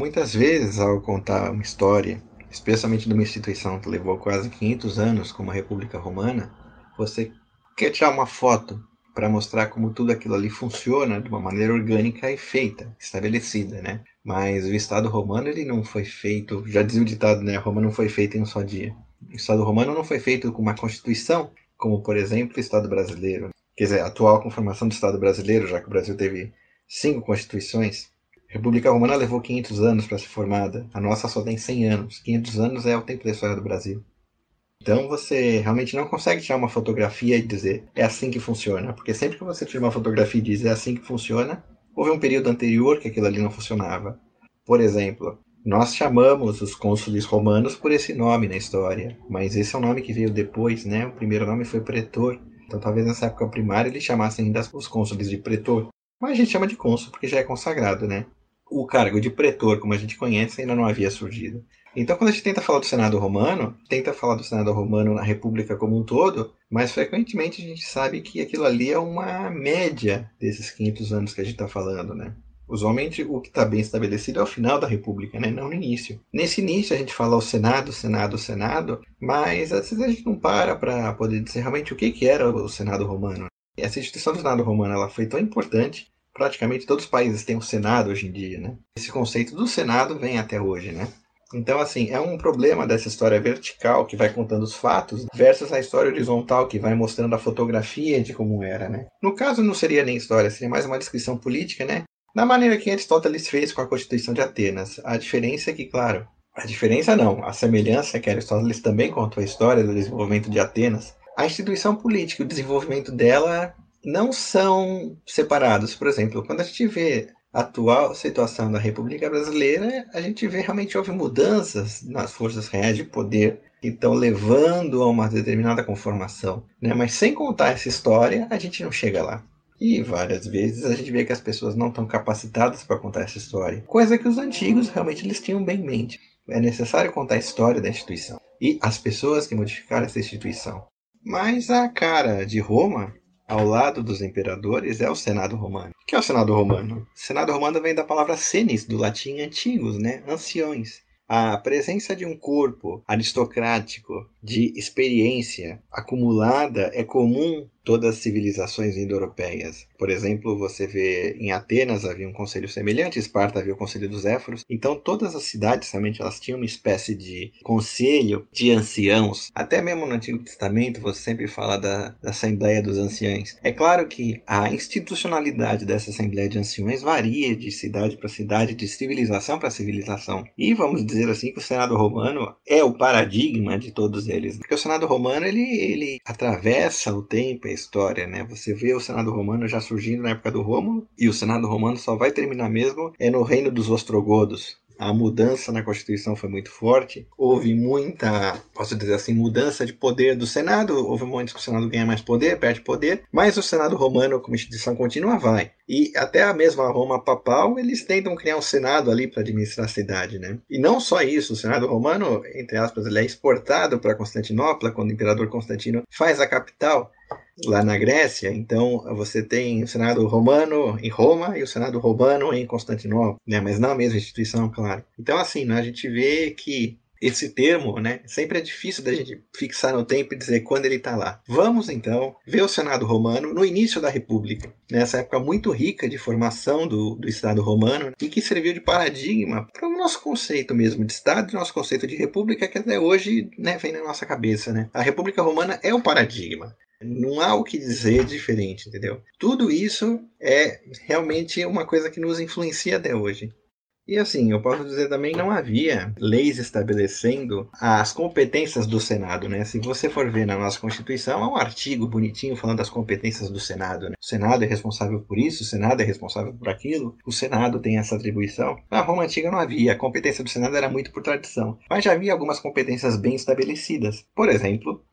Muitas vezes, ao contar uma história, especialmente de uma instituição que levou quase 500 anos, como a República Romana, você quer tirar uma foto para mostrar como tudo aquilo ali funciona de uma maneira orgânica e feita, estabelecida, né? Mas o Estado romano ele não foi feito, já dizia o ditado, né? Roma não foi feita em um só dia. O Estado romano não foi feito com uma constituição, como por exemplo o Estado brasileiro. Quer dizer, a atual conformação do Estado brasileiro, já que o Brasil teve 5 constituições. A República Romana levou 500 anos para ser formada. A nossa só tem 100 anos. 500 anos é o tempo da história do Brasil. Então você realmente não consegue tirar uma fotografia e dizer é assim que funciona. Porque sempre que você tira uma fotografia e diz é assim que funciona, houve um período anterior que aquilo ali não funcionava. Por exemplo, nós chamamos os cônsules romanos por esse nome na história, mas esse é um nome que veio depois, né? O primeiro nome foi pretor. Então talvez nessa época primária eles chamassem ainda os cônsules de pretor. Mas a gente chama de cônsul porque já é consagrado, né? O cargo de pretor, como a gente conhece, ainda não havia surgido. Então, quando a gente tenta falar do Senado Romano, tenta falar do Senado Romano na República como um todo, mas frequentemente a gente sabe que aquilo ali é uma média desses 500 anos que a gente está falando, né? Usualmente o que está bem estabelecido é o final da República, né? Não no início. Nesse início a gente fala o Senado, Senado, Senado, mas às vezes a gente não para poder dizer realmente o que era o Senado Romano. Essa instituição do Senado Romano ela foi tão importante, praticamente todos os países têm um Senado hoje em dia, né? Esse conceito do Senado vem até hoje, né? Então, assim, é um problema dessa história vertical que vai contando os fatos versus a história horizontal que vai mostrando a fotografia de como era, né? No caso, não seria nem história, seria mais uma descrição política, né? Da maneira que Aristóteles fez com a Constituição de Atenas. A diferença é que, claro, a diferença não, a semelhança é que Aristóteles também contou a história do desenvolvimento de Atenas. A instituição política e o desenvolvimento dela não são separados. Por exemplo, quando a gente vê a atual situação da República Brasileira, a gente vê realmente houve mudanças nas forças reais de poder que estão levando a uma determinada conformação, né? Mas sem contar essa história, a gente não chega lá. E várias vezes a gente vê que as pessoas não estão capacitadas para contar essa história, coisa que os antigos realmente eles tinham bem em mente. É necessário contar a história da instituição e as pessoas que modificaram essa instituição. Mas a cara de Roma, ao lado dos imperadores, é o Senado Romano. O que é o Senado Romano? O Senado Romano vem da palavra senes, do latim antigos, né? Anciões. A presença de um corpo aristocrático, de experiência acumulada, é comum em todas as civilizações indo-europeias. Por exemplo, você vê em Atenas havia um conselho semelhante, em Esparta havia o conselho dos Éforos. Então todas as cidades realmente elas tinham uma espécie de conselho de anciãos. Até mesmo no Antigo Testamento você sempre fala da Assembleia dos Anciãos. É claro que a institucionalidade dessa Assembleia de Anciões varia de cidade para cidade, de civilização para civilização. E vamos dizer assim que o Senado Romano é o paradigma de todos eles. Porque o Senado Romano ele atravessa o tempo e a história, né? Você vê o Senado Romano já surgindo na época do Rômulo e o Senado Romano só vai terminar mesmo no reino dos Ostrogodos. A mudança na Constituição foi muito forte. Houve muita, posso dizer assim, mudança de poder do Senado. Houve momentos que o Senado ganha mais poder, perde poder, mas o Senado Romano, como instituição contínua, vai. E até a mesma Roma papal, eles tentam criar um Senado ali para administrar a cidade, né? E não só isso, o Senado Romano, entre aspas, ele é exportado para Constantinopla, quando o imperador Constantino faz a capital lá na Grécia. Então você tem o Senado Romano em Roma e o Senado Romano em Constantinopla, né? Mas não a mesma instituição, claro. Então assim, né, a gente vê que esse termo, né, sempre é difícil da gente fixar no tempo e dizer quando ele está lá. Vamos então ver o Senado Romano no início da República, nessa época muito rica de formação do Estado Romano e que serviu de paradigma para o nosso conceito mesmo de Estado, nosso conceito de República que até hoje, né, vem na nossa cabeça, né? A República Romana é o paradigma. Não há o que dizer diferente, entendeu? Tudo isso é realmente uma coisa que nos influencia até hoje. E assim, eu posso dizer também não havia leis estabelecendo as competências do Senado, né? Se você for ver na nossa Constituição, há um artigo bonitinho falando das competências do Senado, né? O Senado é responsável por isso, o Senado é responsável por aquilo, o Senado tem essa atribuição. Na Roma Antiga não havia, a competência do Senado era muito por tradição, mas já havia algumas competências bem estabelecidas. Por exemplo,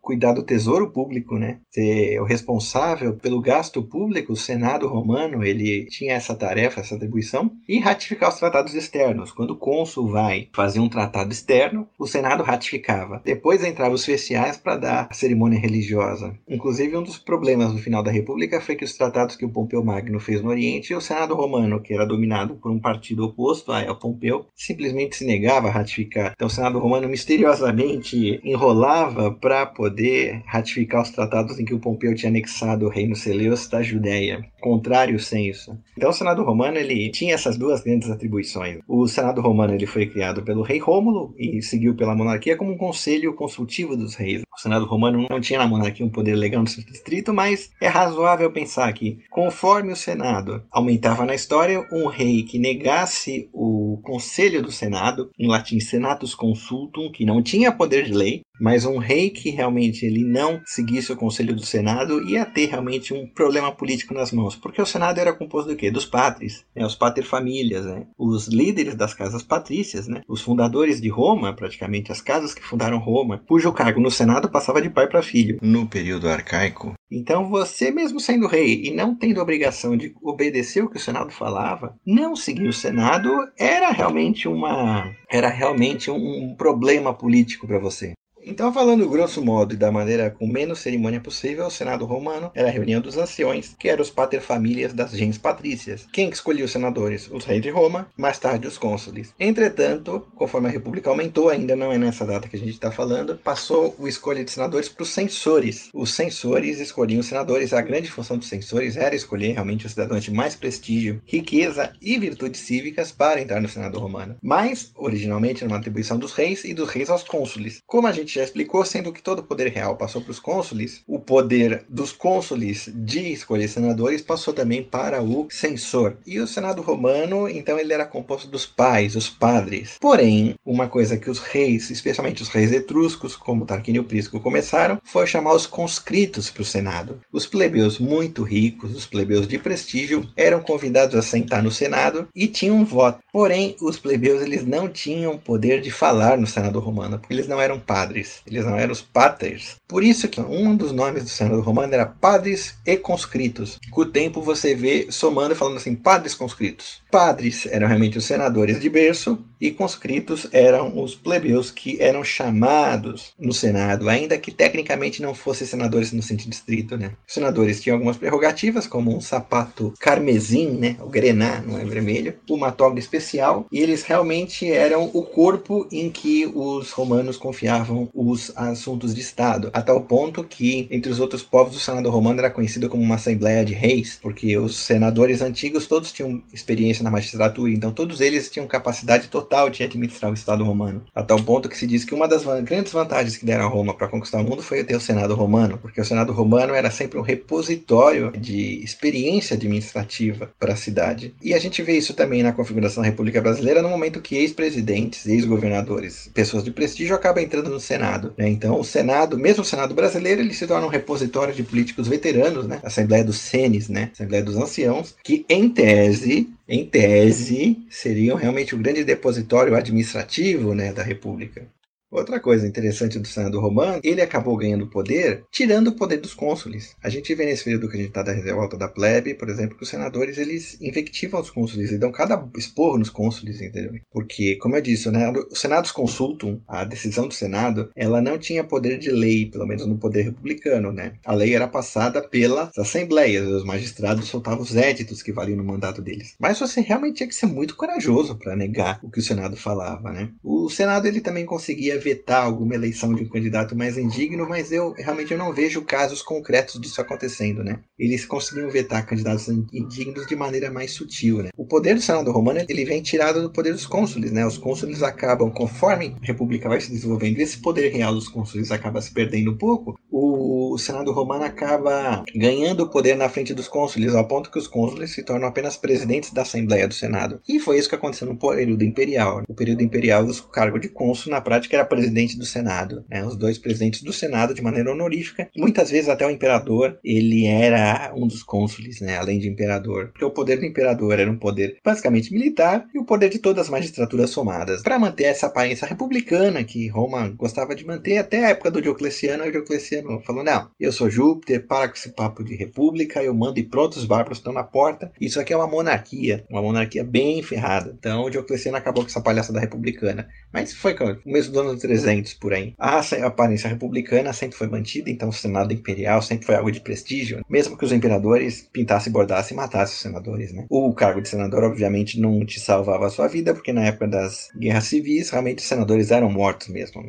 cuidar do tesouro público, né? Ser o responsável pelo gasto público. O Senado romano, ele tinha essa tarefa, essa atribuição, e ratificar os tratados externos. Quando o cônsul vai fazer um tratado externo, o Senado ratificava. Depois entravam os oficiais para dar a cerimônia religiosa. Inclusive, um dos problemas no final da República foi que os tratados que o Pompeu Magno fez no Oriente, o Senado romano, que era dominado por um partido oposto a Pompeu, simplesmente se negava a ratificar. Então, o Senado romano misteriosamente enrolava para poder ratificar os tratados em que o Pompeu tinha anexado o reino Seleucida da Judéia, contrário ao senso. Então, o Senado romano ele tinha essas duas grandes atribuições. O Senado romano ele foi criado pelo rei Rômulo e seguiu pela monarquia como um conselho consultivo dos reis. O Senado romano não tinha na monarquia um poder legal no seu distrito, mas é razoável pensar que, conforme o Senado aumentava na história, um rei que negasse o conselho do Senado, em latim senatus consultum, que não tinha poder de lei, mas um rei que realmente ele não seguisse o conselho do Senado ia ter realmente um problema político nas mãos, porque o Senado era composto do quê? Dos patres, né? Os paterfamilias, né? Os líderes das casas patrícias, né? Os fundadores de Roma, praticamente as casas que fundaram Roma, cujo cargo no Senado passava de pai para filho. No período arcaico. Então você mesmo sendo rei e não tendo a obrigação de obedecer o que o Senado falava, não seguir o Senado era realmente um problema político para você. Então, falando grosso modo e da maneira com menos cerimônia possível, o Senado romano era a reunião dos anciões, que eram os paterfamilias das gens patrícias. Quem que escolhia os senadores? Os reis de Roma, mais tarde os cônsules. Entretanto, conforme a república aumentou, ainda não é nessa data que a gente está falando, passou a escolha de senadores para os censores. Os censores escolhiam os senadores. A grande função dos censores era escolher realmente os cidadãos de mais prestígio, riqueza e virtudes cívicas para entrar no Senado romano. Mas, originalmente, era uma atribuição dos reis e dos reis aos cônsules. Como a gente já explicou, sendo que todo o poder real passou para os cônsules, o poder dos cônsules de escolher senadores passou também para o censor. E o Senado romano, então, ele era composto dos pais, os padres. Porém, uma coisa que os reis, especialmente os reis etruscos, como Tarquínio Prisco, começaram, foi chamar os conscritos para o Senado. Os plebeus muito ricos, os plebeus de prestígio, eram convidados a sentar no Senado e tinham um voto. Porém, os plebeus eles não tinham poder de falar no Senado romano, porque eles não eram padres. Eles não eram os paters. Por isso que um dos nomes do Senado romano era padres e conscritos. Com o tempo você vê somando e falando assim, padres conscritos. Padres eram realmente os senadores de berço e conscritos eram os plebeus que eram chamados no Senado, ainda que tecnicamente não fossem senadores no sentido estrito, né? Os senadores tinham algumas prerrogativas, como um sapato carmesim, né? O grená, não é vermelho, uma toga especial, e eles realmente eram o corpo em que os romanos confiavam os assuntos de Estado, a tal ponto que, entre os outros povos, o Senado romano era conhecido como uma assembleia de reis, porque os senadores antigos todos tinham experiência na magistratura, então todos eles tinham capacidade total de administrar o Estado romano, a tal ponto que se diz que uma das grandes vantagens que deram a Roma para conquistar o mundo foi ter o Senado romano, porque o Senado romano era sempre um repositório de experiência administrativa para a cidade. E a gente vê isso também na configuração da República Brasileira, no momento que ex-presidentes, ex-governadores, pessoas de prestígio acabam entrando no Senado, né? Então o Senado, mesmo o Senado brasileiro, ele se torna um repositório de políticos veteranos, né? A Assembleia dos Senes, né? A Assembleia dos Anciãos, que em tese, seriam realmente o grande depositório administrativo, né, da República. Outra coisa interessante do Senado romano, ele acabou ganhando poder, tirando o poder dos cônsules. A gente vê nesse período que a gente está da revolta da plebe, por exemplo, que os senadores, eles invectivam os cônsules, e dão cada esporro nos cônsules, entendeu? Porque, como eu disse, né, o Senatus Consultum, a decisão do Senado, ela não tinha poder de lei, pelo menos no poder republicano, né? A lei era passada pelas assembleias, os magistrados soltavam os éditos que valiam no mandato deles. Mas você realmente tinha que ser muito corajoso para negar o que o Senado falava, né? O Senado, ele também conseguia vetar alguma eleição de um candidato mais indigno, mas eu realmente não vejo casos concretos disso acontecendo, né? Eles conseguiam vetar candidatos indignos de maneira mais sutil, né? O poder do Senado romano, ele vem tirado do poder dos cônsules, né? Os cônsules acabam, conforme a república vai se desenvolvendo, esse poder real dos cônsules acaba se perdendo um pouco, o Senado romano acaba ganhando o poder na frente dos cônsules, ao ponto que os cônsules se tornam apenas presidentes da Assembleia do Senado. E foi isso que aconteceu no período imperial. No período imperial, o cargo de cônsul, na prática, era presidente do Senado, né? Os dois presidentes do Senado de maneira honorífica. Muitas vezes até o imperador, ele era um dos cônsules, né? Além de imperador. Porque o poder do imperador era um poder basicamente militar e o poder de todas as magistraturas somadas. Para manter essa aparência republicana que Roma gostava de manter até a época do Diocleciano, o Diocleciano falou, não, eu sou Júpiter, para com esse papo de república, eu mando e pronto, os bárbaros estão na porta. Isso aqui é uma monarquia bem ferrada. Então o Diocleciano acabou com essa palhaçada republicana. Mas foi no começo do ano 300, por aí. A aparência republicana sempre foi mantida, então o Senado Imperial sempre foi algo de prestígio, mesmo que os imperadores pintassem, bordassem e matassem os senadores, né? O cargo de senador, obviamente, não te salvava a sua vida, porque na época das guerras civis, realmente os senadores eram mortos mesmo.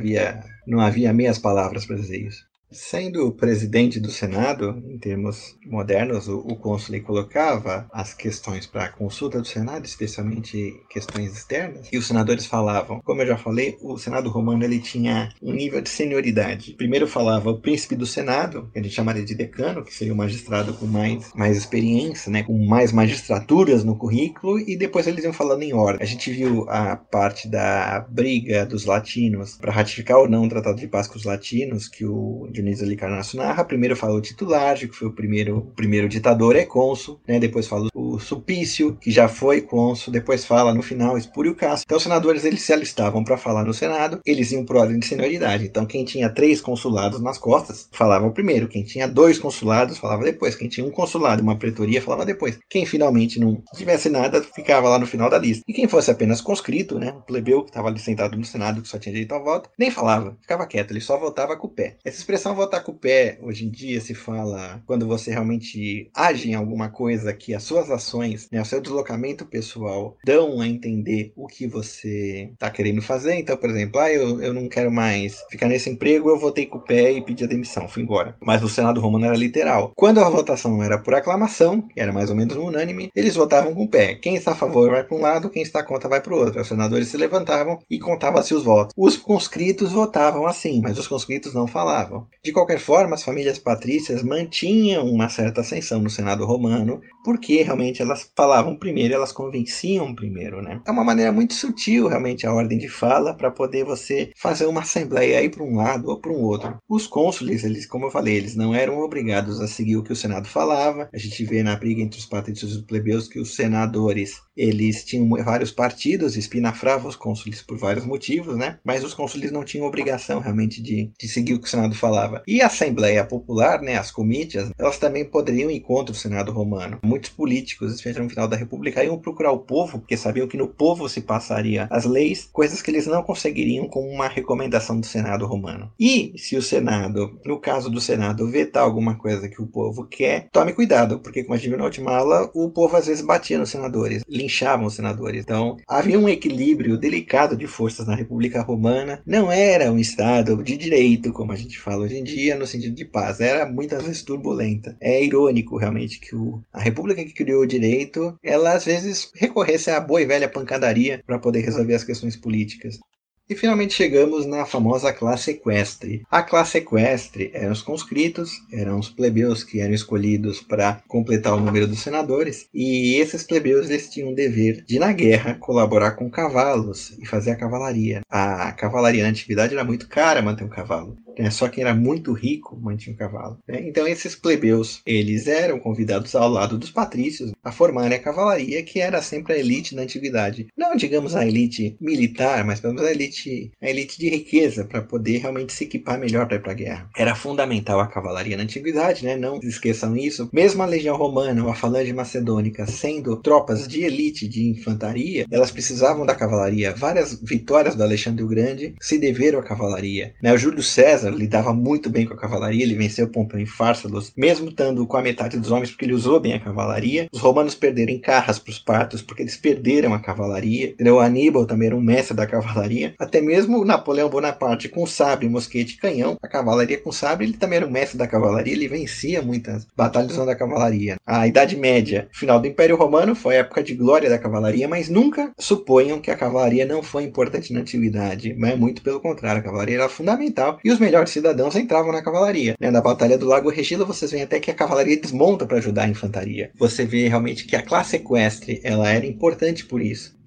Não havia meias palavras para dizer isso. Sendo presidente do Senado, em termos modernos, o cônsul colocava as questões para a consulta do Senado, especialmente questões externas, e os senadores falavam. Como eu já falei, o Senado romano ele tinha um nível de senioridade. Primeiro falava o príncipe do Senado, que a gente chamaria de decano, que seria o magistrado com mais experiência, né, com mais magistraturas no currículo, e depois eles iam falando em ordem. A gente viu a parte da briga dos latinos para ratificar ou não o Tratado de Paz com os latinos, que o Dionísio Halicarnasso narra. Primeiro fala o Titularge, que foi o primeiro ditador cônsul, né? Depois fala o Sulpício, que já foi cônsul, depois fala no final Espúrio Cássio. Então os senadores eles se alistavam para falar no Senado, eles iam por ordem de senioridade. Então quem tinha 3 consulados nas costas falava primeiro, quem tinha 2 consulados falava depois, quem tinha um consulado e uma pretoria falava depois. Quem finalmente não tivesse nada ficava lá no final da lista. E quem fosse apenas conscrito, né, o plebeu que estava ali sentado no Senado, que só tinha direito ao voto, nem falava, ficava quieto, ele só votava com o pé. Essa expressão votar com o pé, hoje em dia se fala quando você realmente age em alguma coisa que as suas ações, né, o seu deslocamento pessoal dão a entender o que você está querendo fazer. Então, por exemplo, eu não quero mais ficar nesse emprego, eu votei com o pé e pedi a demissão, fui embora. Mas o Senado romano era literal. Quando a votação era por aclamação, que era mais ou menos unânime, eles votavam com o pé. Quem está a favor vai para um lado, quem está contra vai para o outro. Os senadores se levantavam e contavam-se os votos. Os conscritos votavam assim, mas os conscritos não falavam. De qualquer forma, as famílias patrícias mantinham uma certa ascensão no Senado romano, porque realmente elas falavam primeiro, elas convenciam primeiro, né? É uma maneira muito sutil, realmente, a ordem de fala, para poder você fazer uma assembleia aí para um lado ou para um outro. Os cônsules, eles, como eu falei, eles não eram obrigados a seguir o que o Senado falava. A gente vê na briga entre os patrícios e os plebeus que os senadores, eles tinham vários partidos, espinafravam os cônsules por vários motivos, né? Mas os cônsules não tinham obrigação realmente de seguir o que o Senado falava. E a Assembleia Popular, né, as comítias, elas também poderiam ir contra o Senado romano. Muitos políticos, especialmente no final da República, iam procurar o povo, porque sabiam que no povo se passaria as leis, coisas que eles não conseguiriam com uma recomendação do Senado romano. E se o Senado, no caso do Senado, vetar alguma coisa que o povo quer, tome cuidado, porque como a gente viu na última aula, o povo às vezes batia nos senadores, linchavam os senadores. Então, havia um equilíbrio delicado de forças na República Romana. Não era um Estado de direito, como a gente fala hoje em dia, no sentido de paz. Era muitas vezes turbulenta. É irônico, realmente, que a República que criou o direito, ela às vezes recorresse à boa e velha pancadaria para poder resolver as questões políticas. E finalmente chegamos na famosa classe equestre. A classe equestre eram os conscritos, eram os plebeus que eram escolhidos para completar o número dos senadores, e esses plebeus eles tinham o dever de, na guerra, colaborar com cavalos e fazer a cavalaria. A cavalaria na antiguidade era muito cara manter um cavalo. Só quem era muito rico mantinha um cavalo. Então esses plebeus, eles eram convidados ao lado dos patrícios a formarem a cavalaria, que era sempre a elite da antiguidade. Não, digamos, a elite militar, mas pelo menos a elite de riqueza, para poder realmente se equipar melhor para ir para a guerra. Era fundamental a cavalaria na antiguidade, né? Não se esqueçam isso. Mesmo a legião romana ou a falange macedônica sendo tropas de elite de infantaria, elas precisavam da cavalaria. Várias vitórias do Alexandre o Grande se deveram à cavalaria. O Júlio César lidava muito bem com a cavalaria, ele venceu Pompeu em Fársalos, mesmo estando com a metade dos homens, porque ele usou bem a cavalaria. Os romanos perderam em Carras para os partos, porque eles perderam a cavalaria. O Aníbal também era um mestre da cavalaria. Até mesmo Napoleão Bonaparte com sabre, mosquete e canhão, a cavalaria com sabre, ele também era um mestre da cavalaria, ele vencia muitas batalhas usando a cavalaria. A Idade Média, final do Império Romano, foi a época de glória da cavalaria, mas nunca suponham que a cavalaria não foi importante na antiguidade, mas muito pelo contrário, a cavalaria era fundamental e os melhores cidadãos entravam na cavalaria. Na Batalha do Lago Regila, vocês veem até que a cavalaria desmonta para ajudar a infantaria. Você vê realmente que a classe equestre ela era importante por isso.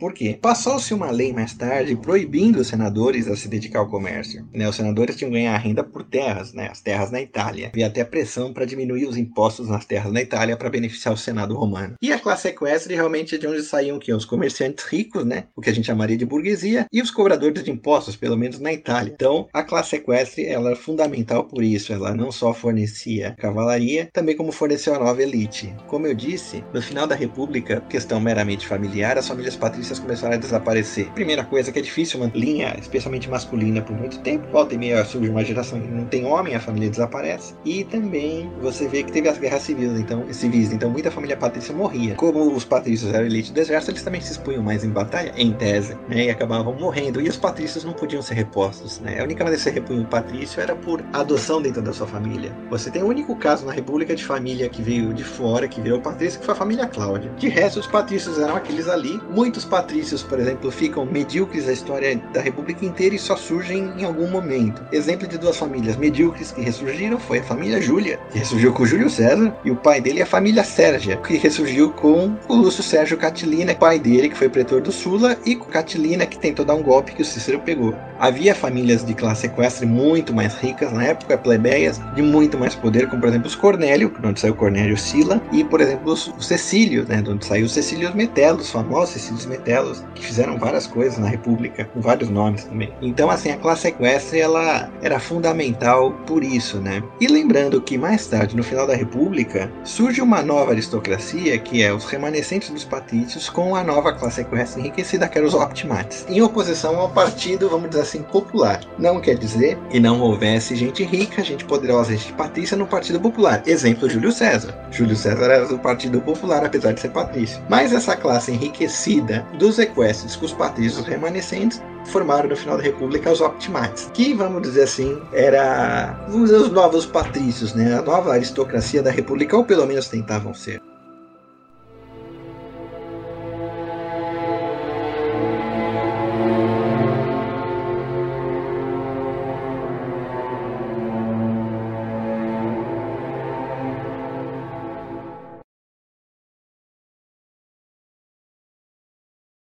Por quê? Passou-se uma lei mais tarde proibindo os senadores a se dedicar ao comércio. Os senadores tinham que ganhar renda por terras, as terras na Itália. Havia até pressão para diminuir os impostos nas terras na Itália para beneficiar o Senado romano. E a classe equestre realmente é de onde saíam os comerciantes ricos, o que a gente chamaria de burguesia, e os cobradores de impostos, pelo menos na Itália. Então, a classe equestre ela é fundamental por isso. Ela não só fornecia cavalaria, também como forneceu a nova elite. Como eu disse, no final da República, questão meramente familiar, as famílias patrícias começaram a desaparecer. Primeira coisa que é difícil uma linha, especialmente masculina, por muito tempo. Volta e meia surge uma geração que não tem homem, a família desaparece. E também você vê que teve as guerras civis, então muita família patrícia morria. Como os patrícios eram elite do exército, eles também se expunham mais em batalha, em tese, e acabavam morrendo. E os patrícios não podiam ser repostos. A única maneira de você repunir um patrício era por adoção dentro da sua família. Você tem o único caso na República de família que veio de fora, que virou patrício, que foi a família Cláudia. De resto, os patrícios eram aqueles ali. Muitos patrícios, por exemplo, ficam medíocres a história da República inteira e só surgem em algum momento. Exemplo de duas famílias medíocres que ressurgiram foi a família Júlia, que ressurgiu com Júlio César, e o pai dele é a família Sérgia, que ressurgiu com o Lúcio Sérgio Catilina, pai dele, que foi pretor do Sula, e com Catilina, que tentou dar um golpe que o Cícero pegou. Havia famílias de classe equestre muito mais ricas, na época plebeias, de muito mais poder, como por exemplo os Cornélio, de onde saiu Cornélio Sila, e por exemplo os Cecílios, de onde saiu os Cecílios Metellos, os famosos Cecílios Metellos, que fizeram várias coisas na República, com vários nomes também. Então, assim, a classe equestre, ela era fundamental por isso, E lembrando que mais tarde, no final da República, surge uma nova aristocracia, que é os remanescentes dos patrícios, com a nova classe equestre enriquecida, que eram os optimates, em oposição ao partido, vamos dizer assim, popular. Não quer dizer que não houvesse gente rica, gente poderosa, gente patrícia no Partido Popular. Exemplo, Júlio César. Júlio César era do Partido Popular, apesar de ser patrício. Mas essa classe enriquecida dos equestres com os patrícios remanescentes formaram no final da República os optimates, que, vamos dizer assim, era os novos patrícios, a nova aristocracia da República, ou pelo menos tentavam ser.